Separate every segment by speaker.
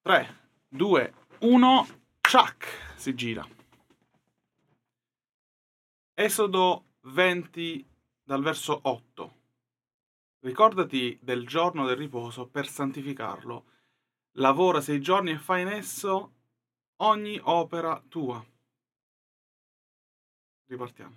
Speaker 1: 3, 2, 1, ciak, si gira. Esodo 20 dal verso 8. Ricordati del giorno del riposo per santificarlo. Lavora 6 giorni e fai in esso ogni opera tua. Ripartiamo.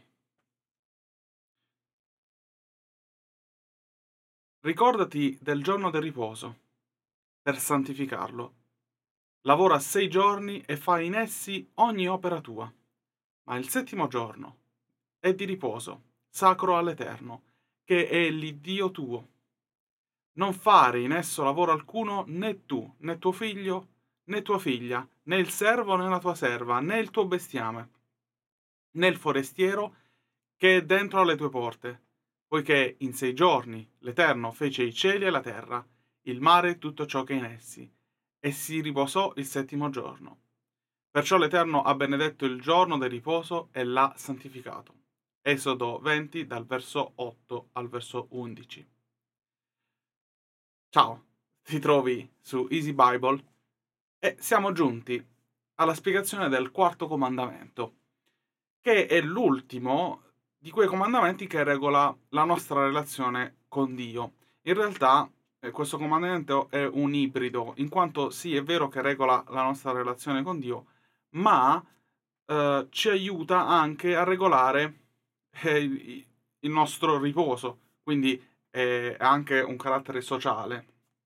Speaker 1: Ricordati del giorno del riposo per santificarlo. Lavora 6 giorni e fai in essi ogni opera tua. Ma il settimo giorno è di riposo, sacro all'Eterno, che è l'Iddio tuo. Non fare in esso lavoro alcuno, né tu, né tuo figlio, né tua figlia, né il servo, né la tua serva, né il tuo bestiame, né il forestiero che è dentro alle tue porte, poiché in 6 giorni l'Eterno fece i cieli e la terra, il mare e tutto ciò che è in essi, e si riposò il settimo giorno. Perciò l'Eterno ha benedetto il giorno del riposo e l'ha santificato. Esodo 20 dal verso 8 al verso 11. Ciao, ti trovi su Easy Bible e siamo giunti alla spiegazione del quarto comandamento, che è l'ultimo di quei comandamenti che regola la nostra relazione con Dio. In realtà questo comandamento è un ibrido, in quanto sì, è vero che regola la nostra relazione con Dio, ma ci aiuta anche a regolare il nostro riposo, quindi ha anche un carattere sociale.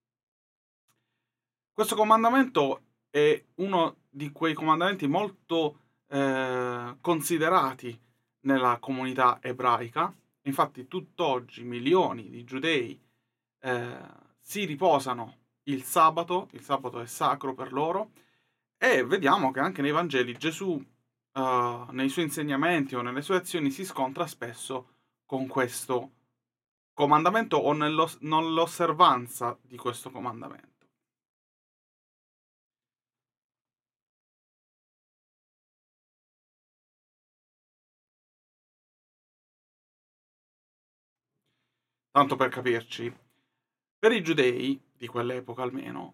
Speaker 1: Questo comandamento è uno di quei comandamenti molto considerati nella comunità ebraica. Infatti tutt'oggi milioni di giudei si riposano il sabato è sacro per loro, e vediamo che anche nei Vangeli Gesù nei suoi insegnamenti o nelle sue azioni si scontra spesso con questo comandamento o nell'osservanza di questo comandamento. Tanto per capirci, per i giudei, di quell'epoca almeno,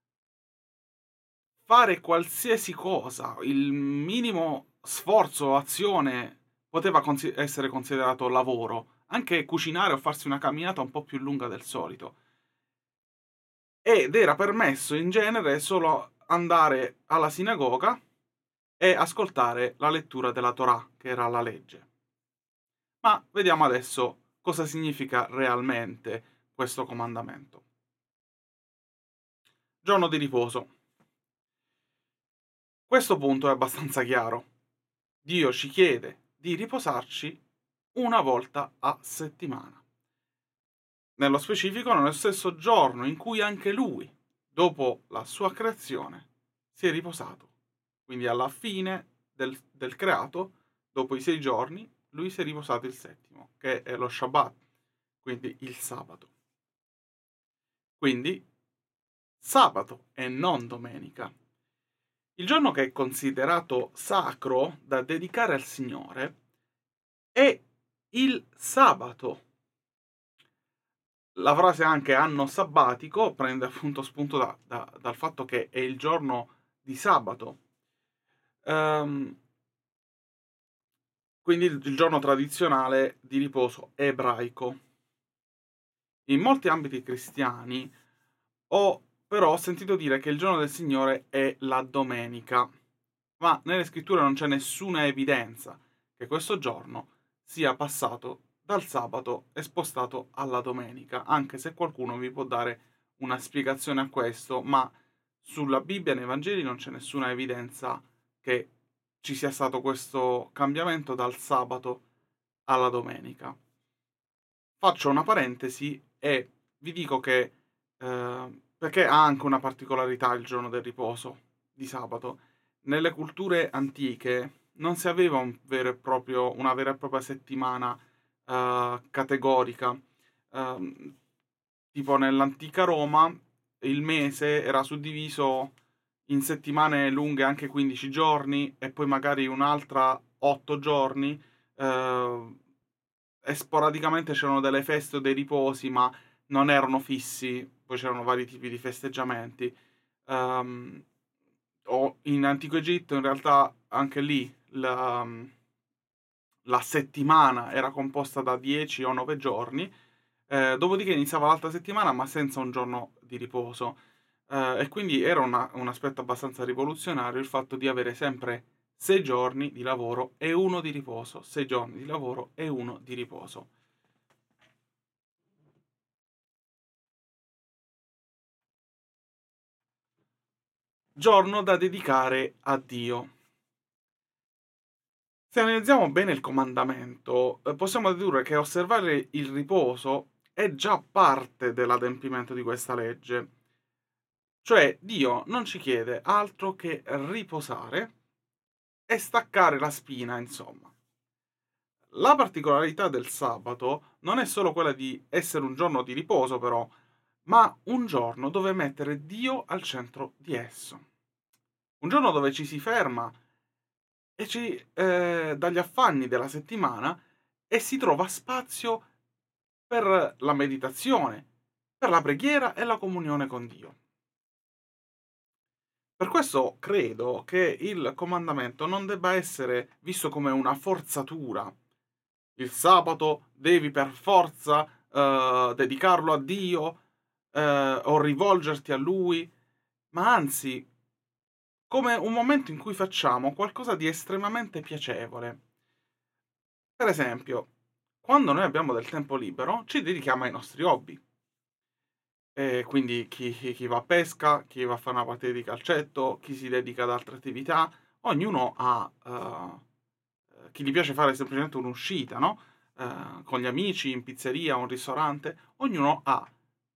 Speaker 1: fare qualsiasi cosa, il minimo sforzo o azione poteva essere considerato lavoro, anche cucinare o farsi una camminata un po' più lunga del solito. Ed era permesso in genere solo andare alla sinagoga e ascoltare la lettura della Torah, che era la legge. Ma vediamo adesso cosa significa realmente questo comandamento. Giorno di riposo. Questo punto è abbastanza chiaro. Dio ci chiede di riposarci una volta a settimana. Nello specifico, nello stesso giorno in cui anche Lui, dopo la sua creazione, si è riposato. Quindi alla fine del creato, dopo i 6 giorni, Lui si è riposato il settimo, che è lo Shabbat, quindi il sabato. Quindi sabato e non domenica. Il giorno che è considerato sacro da dedicare al Signore è il sabato. La frase anche anno sabbatico prende appunto spunto dal fatto che è il giorno di sabato. Quindi il giorno tradizionale di riposo ebraico. In molti ambiti cristiani ho sentito dire che il giorno del Signore è la domenica, ma nelle scritture non c'è nessuna evidenza che questo giorno sia passato dal sabato e spostato alla domenica, anche se qualcuno vi può dare una spiegazione a questo, ma sulla Bibbia e nei Vangeli non c'è nessuna evidenza che ci sia stato questo cambiamento dal sabato alla domenica. Faccio una parentesi e vi dico che perché ha anche una particolarità il giorno del riposo di sabato. Nelle culture antiche non si aveva una vera e propria settimana categorica. Tipo nell'antica Roma il mese era suddiviso in settimane lunghe, anche 15 giorni, e poi magari un'altra 8 giorni. E sporadicamente c'erano delle feste o dei riposi, ma non erano fissi. Poi c'erano vari tipi di festeggiamenti. ehm, o in Antico Egitto in realtà anche lì la settimana era composta da 10 o 9 giorni, dopodiché iniziava l'altra settimana ma senza un giorno di riposo. E quindi era un aspetto abbastanza rivoluzionario il fatto di avere sempre 6 giorni di lavoro e uno di riposo, 6 giorni di lavoro e uno di riposo. Giorno da dedicare a Dio. Se analizziamo bene il comandamento, possiamo dedurre che osservare il riposo è già parte dell'adempimento di questa legge. Cioè Dio non ci chiede altro che riposare e staccare la spina, insomma. La particolarità del sabato non è solo quella di essere un giorno di riposo, però, ma un giorno dove mettere Dio al centro di esso. Un giorno dove ci si ferma e dagli affanni della settimana e si trova spazio per la meditazione, per la preghiera e la comunione con Dio. Per questo credo che il comandamento non debba essere visto come una forzatura. Il sabato devi per forza dedicarlo a Dio o rivolgerti a Lui, ma anzi come un momento in cui facciamo qualcosa di estremamente piacevole. Per esempio, quando noi abbiamo del tempo libero, ci dedichiamo ai nostri hobby. Quindi chi va a pesca, chi va a fare una partita di calcetto, chi si dedica ad altre attività, ognuno ha chi gli piace fare semplicemente un'uscita, no, con gli amici, in pizzeria, un ristorante, ognuno ha,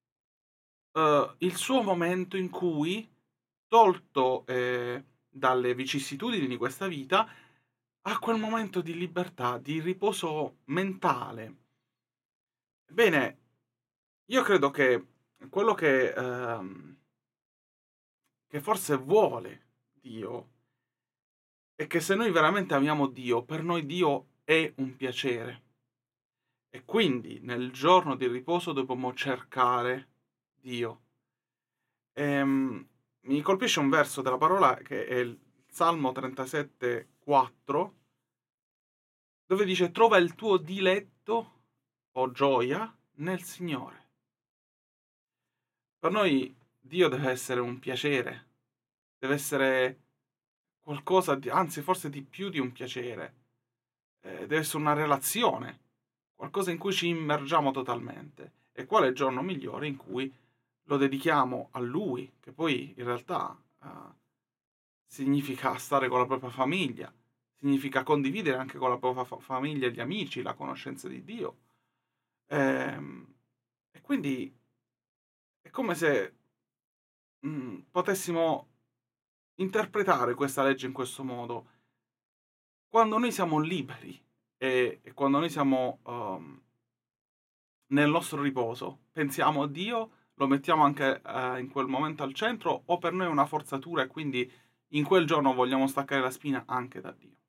Speaker 1: il suo momento in cui, tolto, dalle vicissitudini di questa vita, ha quel momento di libertà, di riposo mentale. Bene, io credo che quello che forse vuole Dio è che se noi veramente amiamo Dio, per noi Dio è un piacere. E quindi nel giorno di riposo dobbiamo cercare Dio. Mi colpisce un verso della parola che è il Salmo 37, 4, dove dice: Trova il tuo diletto o gioia nel Signore. Per noi Dio deve essere un piacere, deve essere qualcosa di, anzi forse di più di un piacere, deve essere una relazione, qualcosa in cui ci immergiamo totalmente. E quale giorno migliore in cui lo dedichiamo a Lui, che poi in realtà significa stare con la propria famiglia, significa condividere anche con la propria famiglia e gli amici la conoscenza di Dio. E quindi è come se potessimo interpretare questa legge in questo modo. Quando noi siamo liberi e quando noi siamo nel nostro riposo, pensiamo a Dio, lo mettiamo anche in quel momento al centro, o per noi è una forzatura e quindi in quel giorno vogliamo staccare la spina anche da Dio.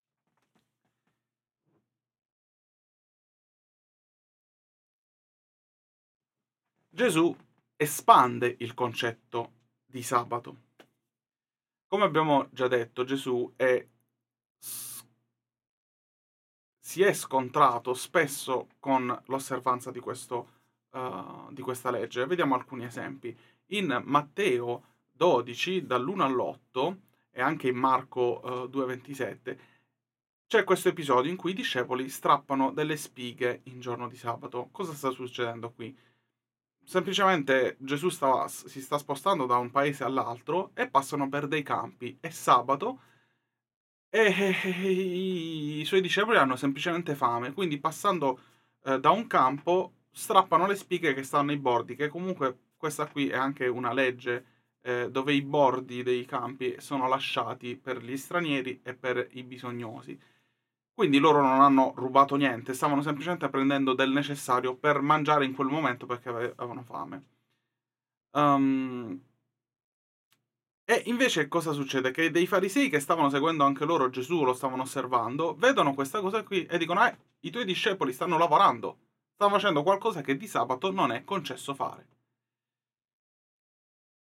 Speaker 1: Gesù espande il concetto di sabato. Come abbiamo già detto, Gesù si è scontrato spesso con l'osservanza di questa legge. Vediamo alcuni esempi. In Matteo 12, dall'1 all'8, e anche in Marco 2,27, c'è questo episodio in cui i discepoli strappano delle spighe in giorno di sabato. Cosa sta succedendo qui? Semplicemente Gesù si sta spostando da un paese all'altro e passano per dei campi. È sabato e i suoi discepoli hanno semplicemente fame, quindi passando da un campo strappano le spighe che stanno ai bordi, che comunque questa qui è anche una legge dove i bordi dei campi sono lasciati per gli stranieri e per i bisognosi. Quindi loro non hanno rubato niente, stavano semplicemente prendendo del necessario per mangiare in quel momento perché avevano fame. Um, e invece cosa succede? Che dei farisei che stavano seguendo anche loro Gesù, lo stavano osservando, vedono questa cosa qui e dicono: i tuoi discepoli stanno lavorando, stanno facendo qualcosa che di sabato non è concesso fare.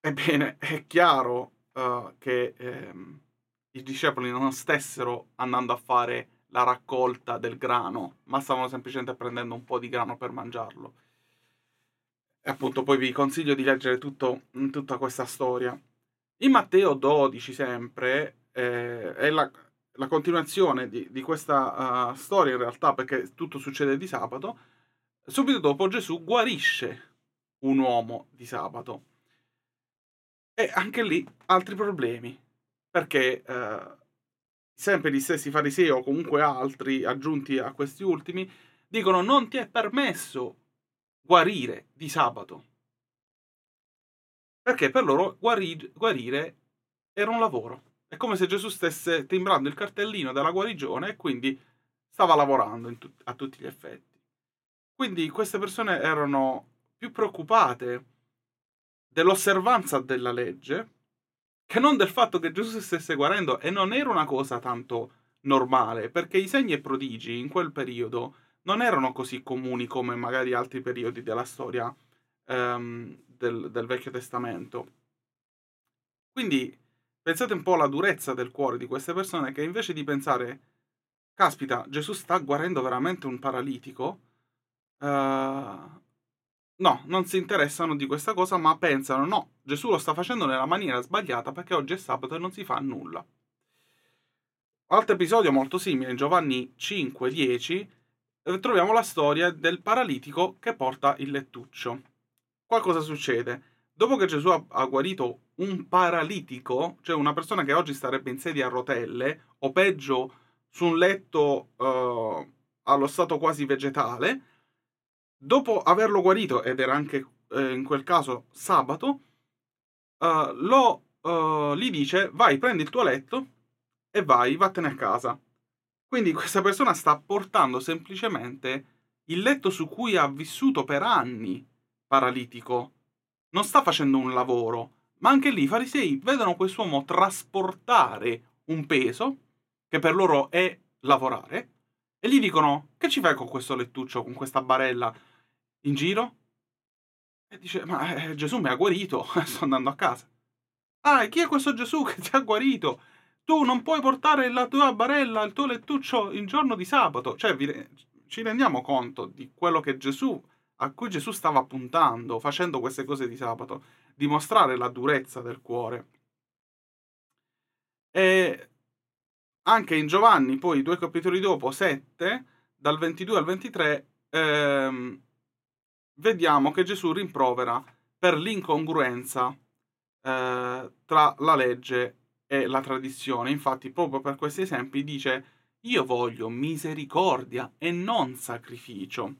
Speaker 1: Ebbene, è chiaro che i discepoli non stessero andando a fare la raccolta del grano, ma stavano semplicemente prendendo un po' di grano per mangiarlo. E appunto poi vi consiglio di leggere tutta questa storia. In Matteo 12 sempre, è la continuazione di questa storia in realtà, perché tutto succede di sabato. Subito dopo Gesù guarisce un uomo di sabato. E anche lì altri problemi, perché sempre gli stessi farisei o comunque altri aggiunti a questi ultimi dicono non ti è permesso guarire di sabato, perché per loro guarire era un lavoro. È come se Gesù stesse timbrando il cartellino della guarigione e quindi stava lavorando a tutti gli effetti. Quindi queste persone erano più preoccupate dell'osservanza della legge che non del fatto che Gesù si stesse guarendo, e non era una cosa tanto normale, perché i segni e prodigi in quel periodo non erano così comuni come magari altri periodi della storia del Vecchio Testamento. Quindi pensate un po' alla durezza del cuore di queste persone che invece di pensare, caspita, Gesù sta guarendo veramente un paralitico, no, non si interessano di questa cosa, ma pensano, no, Gesù lo sta facendo nella maniera sbagliata perché oggi è sabato e non si fa nulla. Altro episodio molto simile, in Giovanni 5:10, troviamo la storia del paralitico che porta il lettuccio. Qua cosa succede? Dopo che Gesù ha guarito un paralitico, cioè una persona che oggi starebbe in sedia a rotelle, o peggio, su un letto allo stato quasi vegetale, dopo averlo guarito, ed era anche in quel caso sabato, gli dice vai, prendi il tuo letto e vai, vattene a casa. Quindi questa persona sta portando semplicemente il letto su cui ha vissuto per anni paralitico. Non sta facendo un lavoro, ma anche lì i farisei vedono quest'uomo trasportare un peso, che per loro è lavorare, e gli dicono: che ci fai con questo lettuccio, con questa barella in giro? E dice: ma Gesù mi ha guarito, sto andando a casa. Ah, e chi è questo Gesù che ti ha guarito? Tu non puoi portare la tua barella, il tuo lettuccio in giorno di sabato. Cioè, ci rendiamo conto di quello che a cui Gesù stava puntando, facendo queste cose di sabato, dimostrare la durezza del cuore. E anche in Giovanni, poi 2 capitoli dopo, 7, dal 22 al 23, vediamo che Gesù rimprovera per l'incongruenza tra la legge e la tradizione. Infatti, proprio per questi esempi dice: io voglio misericordia e non sacrificio.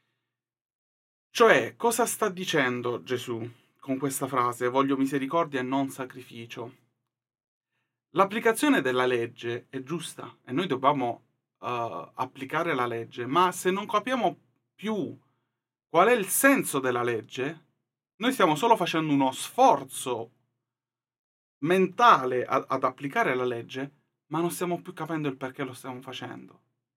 Speaker 1: Cioè, cosa sta dicendo Gesù con questa frase? Voglio misericordia e non sacrificio. L'applicazione della legge è giusta e noi dobbiamo applicare la legge, ma se non capiamo più qual è il senso della legge, noi stiamo solo facendo uno sforzo mentale ad applicare la legge, ma non stiamo più capendo il perché lo stiamo facendo.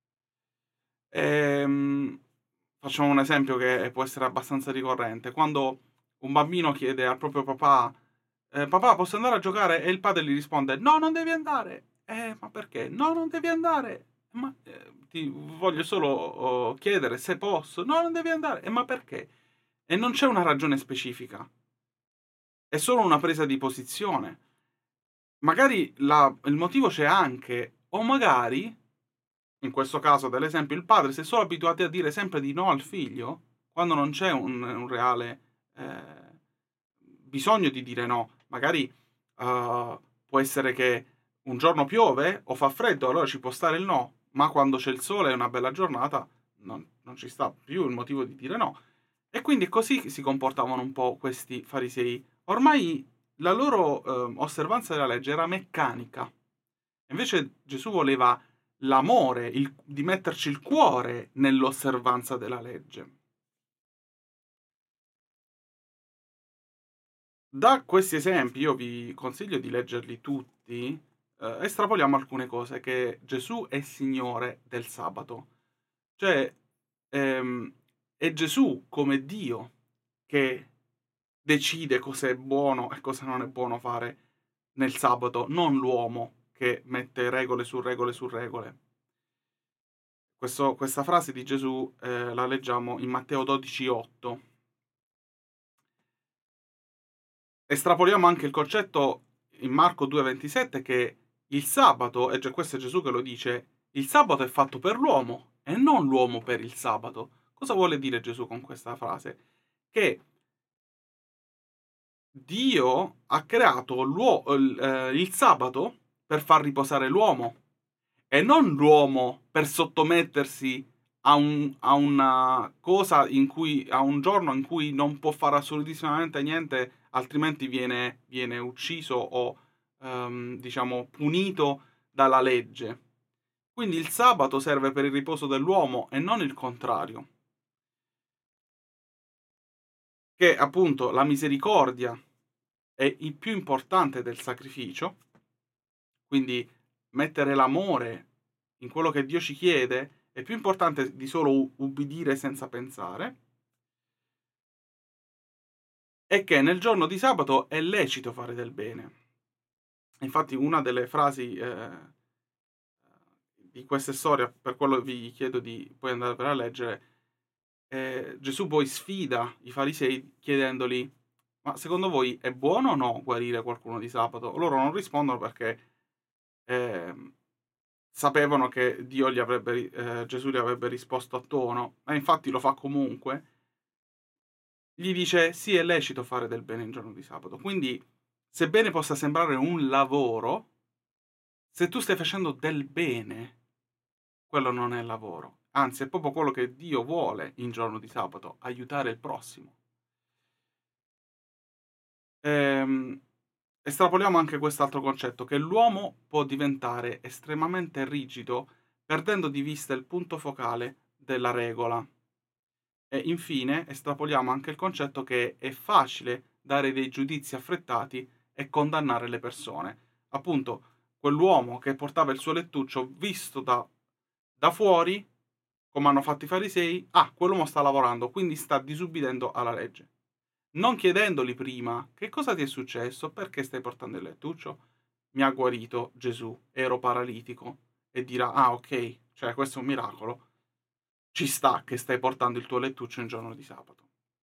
Speaker 1: Ehm, Facciamo un esempio che può essere abbastanza ricorrente. Quando un bambino chiede al proprio papà: papà, posso andare a giocare? E il padre gli risponde: no, non devi andare. Ma perché? No, non devi andare. Ma ti voglio solo chiedere se posso. No, non devi andare. Ma perché? E non c'è una ragione specifica, è solo una presa di posizione. Magari il motivo c'è anche, o magari, in questo caso dell'esempio, il padre si è solo abituato a dire sempre di no al figlio, quando non c'è un reale bisogno di dire no. Magari può essere che un giorno piove o fa freddo, allora ci può stare il no, ma quando c'è il sole e una bella giornata non ci sta più il motivo di dire no. E quindi così si comportavano un po' questi farisei. Ormai la loro osservanza della legge era meccanica. Invece Gesù voleva l'amore, di metterci il cuore nell'osservanza della legge. Da questi esempi io vi consiglio di leggerli tutti, estrapoliamo alcune cose, che Gesù è Signore del sabato. Cioè, è Gesù come Dio che decide cosa è buono e cosa non è buono fare nel sabato, non l'uomo che mette regole su regole su regole. Questa frase di Gesù la leggiamo in Matteo 12,8. Estrapoliamo anche il concetto in Marco 2,27 che il sabato, e già questo è Gesù che lo dice, il sabato è fatto per l'uomo e non l'uomo per il sabato. Cosa vuole dire Gesù con questa frase? Che Dio ha creato il sabato per far riposare l'uomo e non l'uomo per sottomettersi a una cosa in cui, a un giorno in cui non può fare assolutissimamente niente, altrimenti viene ucciso o diciamo punito dalla legge. Quindi il sabato serve per il riposo dell'uomo e non il contrario. Che appunto la misericordia è il più importante del sacrificio, quindi mettere l'amore in quello che Dio ci chiede è più importante di solo ubbidire senza pensare, e che nel giorno di sabato è lecito fare del bene. Infatti una delle frasi di questa storia, per quello vi chiedo di poi andare a leggere, Gesù poi sfida i farisei chiedendoli: ma secondo voi è buono o no guarire qualcuno di sabato? Loro non rispondono perché ehm, sapevano che Gesù gli avrebbe risposto a tono, e infatti lo fa comunque. Gli dice: sì, è lecito fare del bene in giorno di sabato. Quindi, sebbene possa sembrare un lavoro, se tu stai facendo del bene, quello non è lavoro. Anzi, è proprio quello che Dio vuole in giorno di sabato, aiutare il prossimo. Ehm, Estrapoliamo anche quest'altro concetto, che l'uomo può diventare estremamente rigido perdendo di vista il punto focale della regola. E infine estrapoliamo anche il concetto che è facile dare dei giudizi affrettati e condannare le persone. Appunto, quell'uomo che portava il suo lettuccio visto da fuori, come hanno fatto i farisei, quell'uomo sta lavorando, quindi sta disubbidendo alla legge. Non chiedendoli prima che cosa ti è successo, perché stai portando il lettuccio, mi ha guarito Gesù, ero paralitico, e dirà: ah, ok, cioè questo è un miracolo, ci sta che stai portando il tuo lettuccio in giorno di sabato.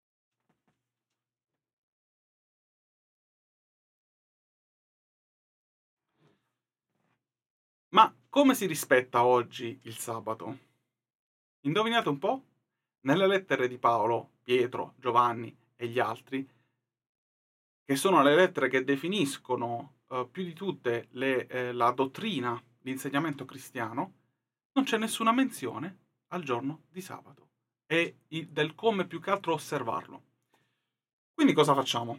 Speaker 1: Ma come si rispetta oggi il sabato? Indovinate un po'? Nelle lettere di Paolo, Pietro, Giovanni e gli altri, che sono le lettere che definiscono più di tutte la dottrina, l'insegnamento cristiano, non c'è nessuna menzione al giorno di sabato e del come più che altro osservarlo. Quindi cosa facciamo?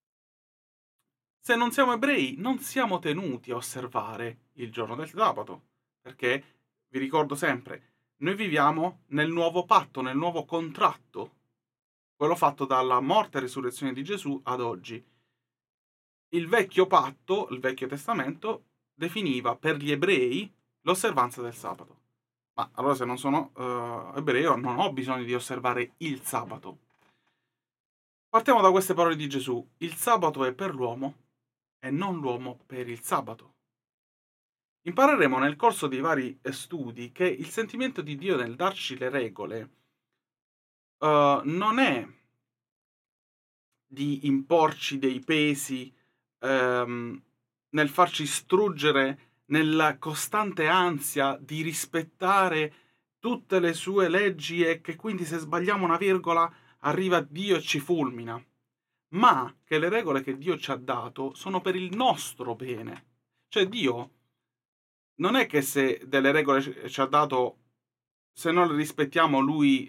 Speaker 1: Se non siamo ebrei, non siamo tenuti a osservare il giorno del sabato, perché, vi ricordo sempre, noi viviamo nel nuovo patto, nel nuovo contratto, quello fatto dalla morte e risurrezione di Gesù ad oggi. Il vecchio patto, il vecchio testamento, definiva per gli ebrei l'osservanza del sabato. Ma allora se non sono ebreo non ho bisogno di osservare il sabato. Partiamo da queste parole di Gesù. Il sabato è per l'uomo e non l'uomo per il sabato. Impareremo nel corso dei vari studi che il sentimento di Dio nel darci le regole non è di imporci dei pesi, nel farci struggere nella costante ansia di rispettare tutte le sue leggi e che quindi se sbagliamo una virgola arriva Dio e ci fulmina, ma che le regole che Dio ci ha dato sono per il nostro bene. Cioè Dio non è che se delle regole ci ha dato, se non le rispettiamo lui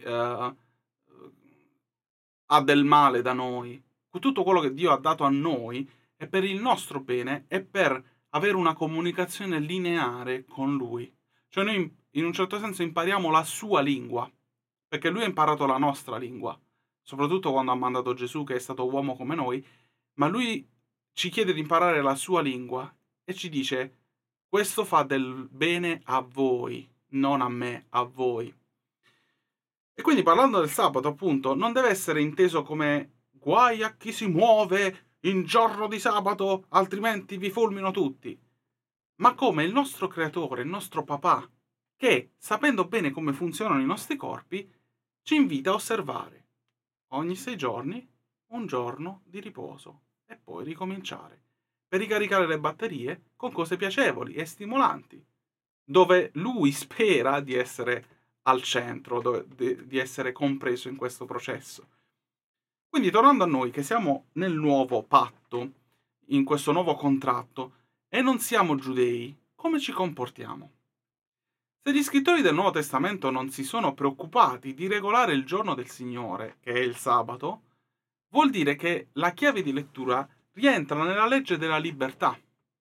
Speaker 1: ha del male da noi. Tutto quello che Dio ha dato a noi è per il nostro bene e per avere una comunicazione lineare con Lui. Cioè noi in un certo senso impariamo la sua lingua, perché Lui ha imparato la nostra lingua, soprattutto quando ha mandato Gesù che è stato uomo come noi, ma Lui ci chiede di imparare la sua lingua e ci dice: questo fa del bene a voi, non a me, a voi. E quindi parlando del sabato, appunto, non deve essere inteso come guai a chi si muove in giorno di sabato, altrimenti vi fulmino tutti. Ma come il nostro creatore, il nostro papà, che, sapendo bene come funzionano i nostri corpi, ci invita a osservare ogni 6 giorni un giorno di riposo e poi ricominciare per ricaricare le batterie con cose piacevoli e stimolanti, dove lui spera di essere al centro, di essere compreso in questo processo. Quindi tornando a noi che siamo nel nuovo patto, in questo nuovo contratto, e non siamo giudei, come ci comportiamo? Se gli scrittori del Nuovo Testamento non si sono preoccupati di regolare il giorno del Signore, che è il sabato, vuol dire che la chiave di lettura rientra nella legge della libertà,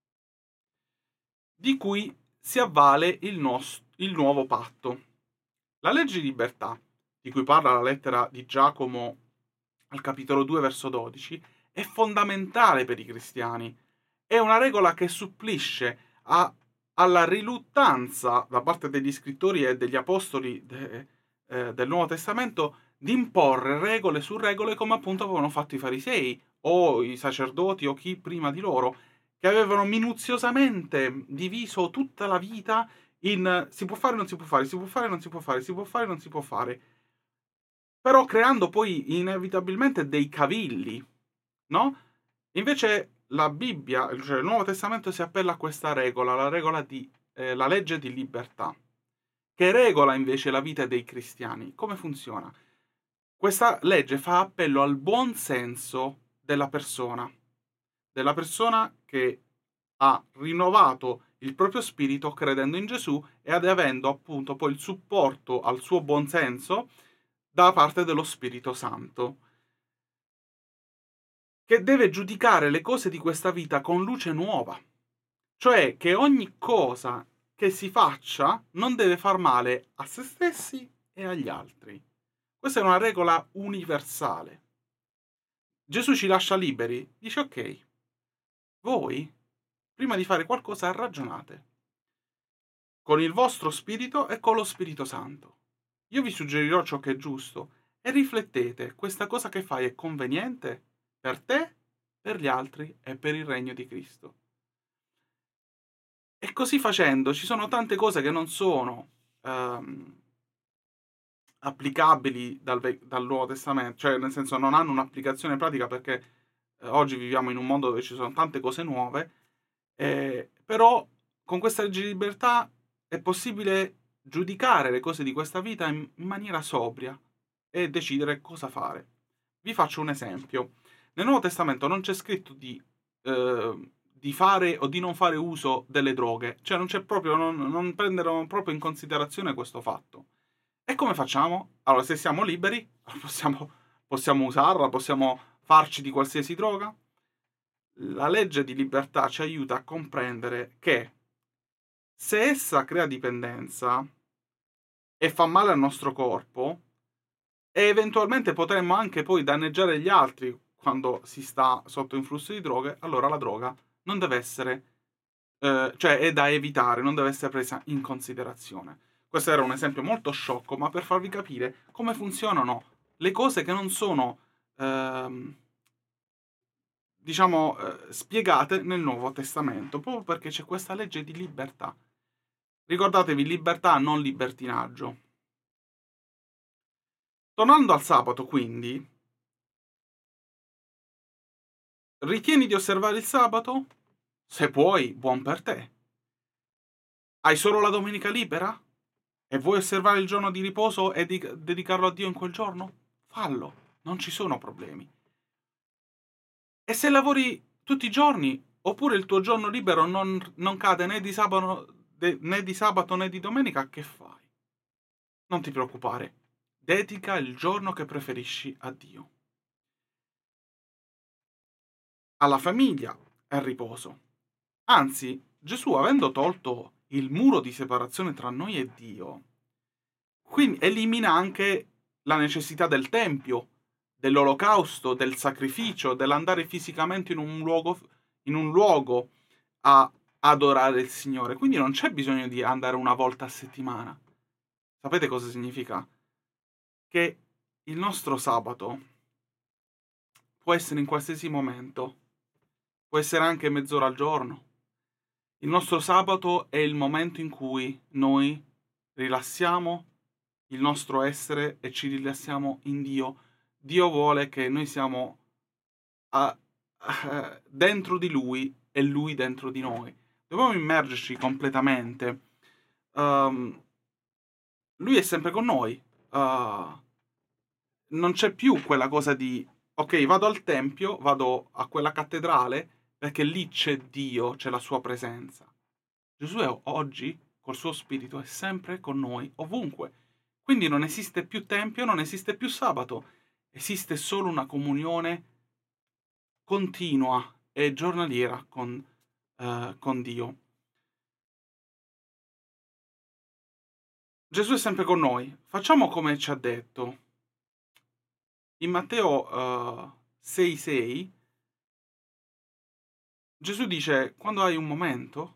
Speaker 1: di cui si avvale il nuovo patto. La legge di libertà, di cui parla la lettera di Giacomo al capitolo 2, verso 12, è fondamentale per i cristiani. È una regola che supplisce alla riluttanza da parte degli scrittori e degli apostoli del Nuovo Testamento di imporre regole su regole come appunto avevano fatto i farisei o i sacerdoti o chi prima di loro, che avevano minuziosamente diviso tutta la vita in si può fare, non si può fare, si può fare, non si può fare, si può fare, non si può fare, però creando poi inevitabilmente dei cavilli, no? Invece la Bibbia, cioè il Nuovo Testamento si appella a questa regola, la regola di la legge di libertà, che regola invece la vita dei cristiani. Come funziona? Questa legge fa appello al buon senso della persona che ha rinnovato il proprio spirito credendo in Gesù e avendo appunto poi il supporto al suo buon senso da parte dello Spirito Santo, che deve giudicare le cose di questa vita con luce nuova, cioè che ogni cosa che si faccia non deve far male a se stessi e agli altri. Questa è una regola universale. Gesù ci lascia liberi, dice ok, voi prima di fare qualcosa ragionate con il vostro spirito e con lo Spirito Santo. Io vi suggerirò ciò che è giusto e riflettete, questa cosa che fai è conveniente per te, per gli altri e per il regno di Cristo. E così facendo ci sono tante cose che non sono applicabili dal Nuovo Testamento, cioè nel senso non hanno un'applicazione pratica perché oggi viviamo in un mondo dove ci sono tante cose nuove, però con questa legge di libertà è possibile giudicare le cose di questa vita in maniera sobria e decidere cosa fare. Vi faccio un esempio. Nel Nuovo Testamento non c'è scritto di fare o di non fare uso delle droghe, cioè non c'è proprio, non prendono proprio in considerazione questo fatto. E come facciamo? Allora, se siamo liberi, possiamo usarla, possiamo farci di qualsiasi droga. La legge di libertà ci aiuta a comprendere che se essa crea dipendenza e fa male al nostro corpo, e eventualmente potremmo anche poi danneggiare gli altri quando si sta sotto influsso di droghe, allora la droga non deve essere, cioè è da evitare, non deve essere presa in considerazione. Questo era un esempio molto sciocco, ma per farvi capire come funzionano le cose che non sono, diciamo, spiegate nel Nuovo Testamento, proprio perché c'è questa legge di libertà. Ricordatevi, libertà, non libertinaggio. Tornando al sabato, quindi, ritieni di osservare il sabato? Se puoi, buon per te. Hai solo la domenica libera? E vuoi osservare il giorno di riposo e dedicarlo a Dio in quel giorno? Fallo, non ci sono problemi. E se lavori tutti i giorni, oppure il tuo giorno libero non cade né di sabato né di domenica, che fai? Non ti preoccupare, dedica il giorno che preferisci a Dio, alla famiglia e al riposo. Anzi, Gesù, avendo tolto il muro di separazione tra noi e Dio, quindi elimina anche la necessità del tempio, dell'olocausto, del sacrificio, dell'andare fisicamente in un luogo a adorare il Signore. Quindi non c'è bisogno di andare una volta a settimana. Sapete cosa significa? Che il nostro sabato può essere in qualsiasi momento, può essere anche mezz'ora al giorno. Il nostro sabato è il momento in cui noi rilassiamo il nostro essere e ci rilassiamo in Dio. Dio vuole che noi siamo dentro di Lui e Lui dentro di noi. Dobbiamo immergerci completamente. Lui è sempre con noi. Non c'è più quella cosa di ok, vado al tempio, vado a quella cattedrale perché lì c'è Dio, c'è la sua presenza. Gesù è oggi, col suo spirito, è sempre con noi, ovunque. Quindi non esiste più tempio, non esiste più sabato, esiste solo una comunione continua e giornaliera con Dio. Gesù è sempre con noi. Facciamo come ci ha detto. In Matteo 6,6 Gesù dice: quando hai un momento,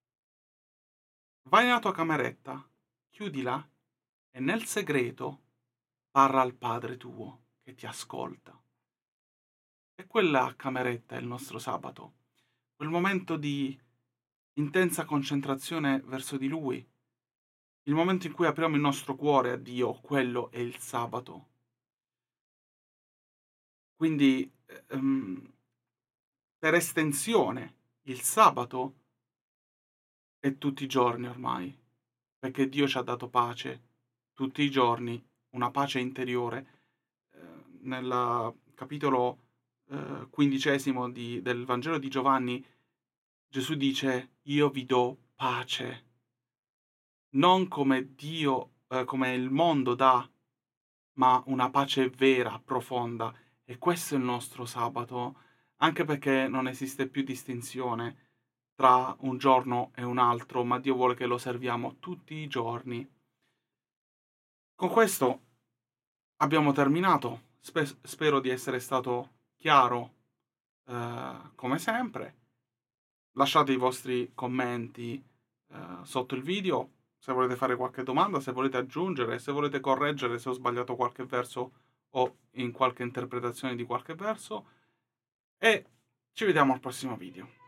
Speaker 1: vai nella tua cameretta, chiudila e nel segreto parla al Padre tuo che ti ascolta. E quella cameretta è il nostro sabato, quel momento di intensa concentrazione verso di Lui, il momento in cui apriamo il nostro cuore a Dio, quello è il sabato. Quindi, per estensione, il sabato è tutti i giorni ormai, perché Dio ci ha dato pace tutti i giorni, una pace interiore. Nel capitolo 15 del Vangelo di Giovanni, Gesù dice: io vi do pace, non come Dio, come il mondo dà, ma una pace vera, profonda. E questo è il nostro sabato, anche perché non esiste più distinzione tra un giorno e un altro, ma Dio vuole che lo serviamo tutti i giorni. Con questo abbiamo terminato. Spero di essere stato chiaro, come sempre. Lasciate i vostri commenti sotto il video, se volete fare qualche domanda, se volete aggiungere, se volete correggere se ho sbagliato qualche verso o in qualche interpretazione di qualche verso. E ci vediamo al prossimo video.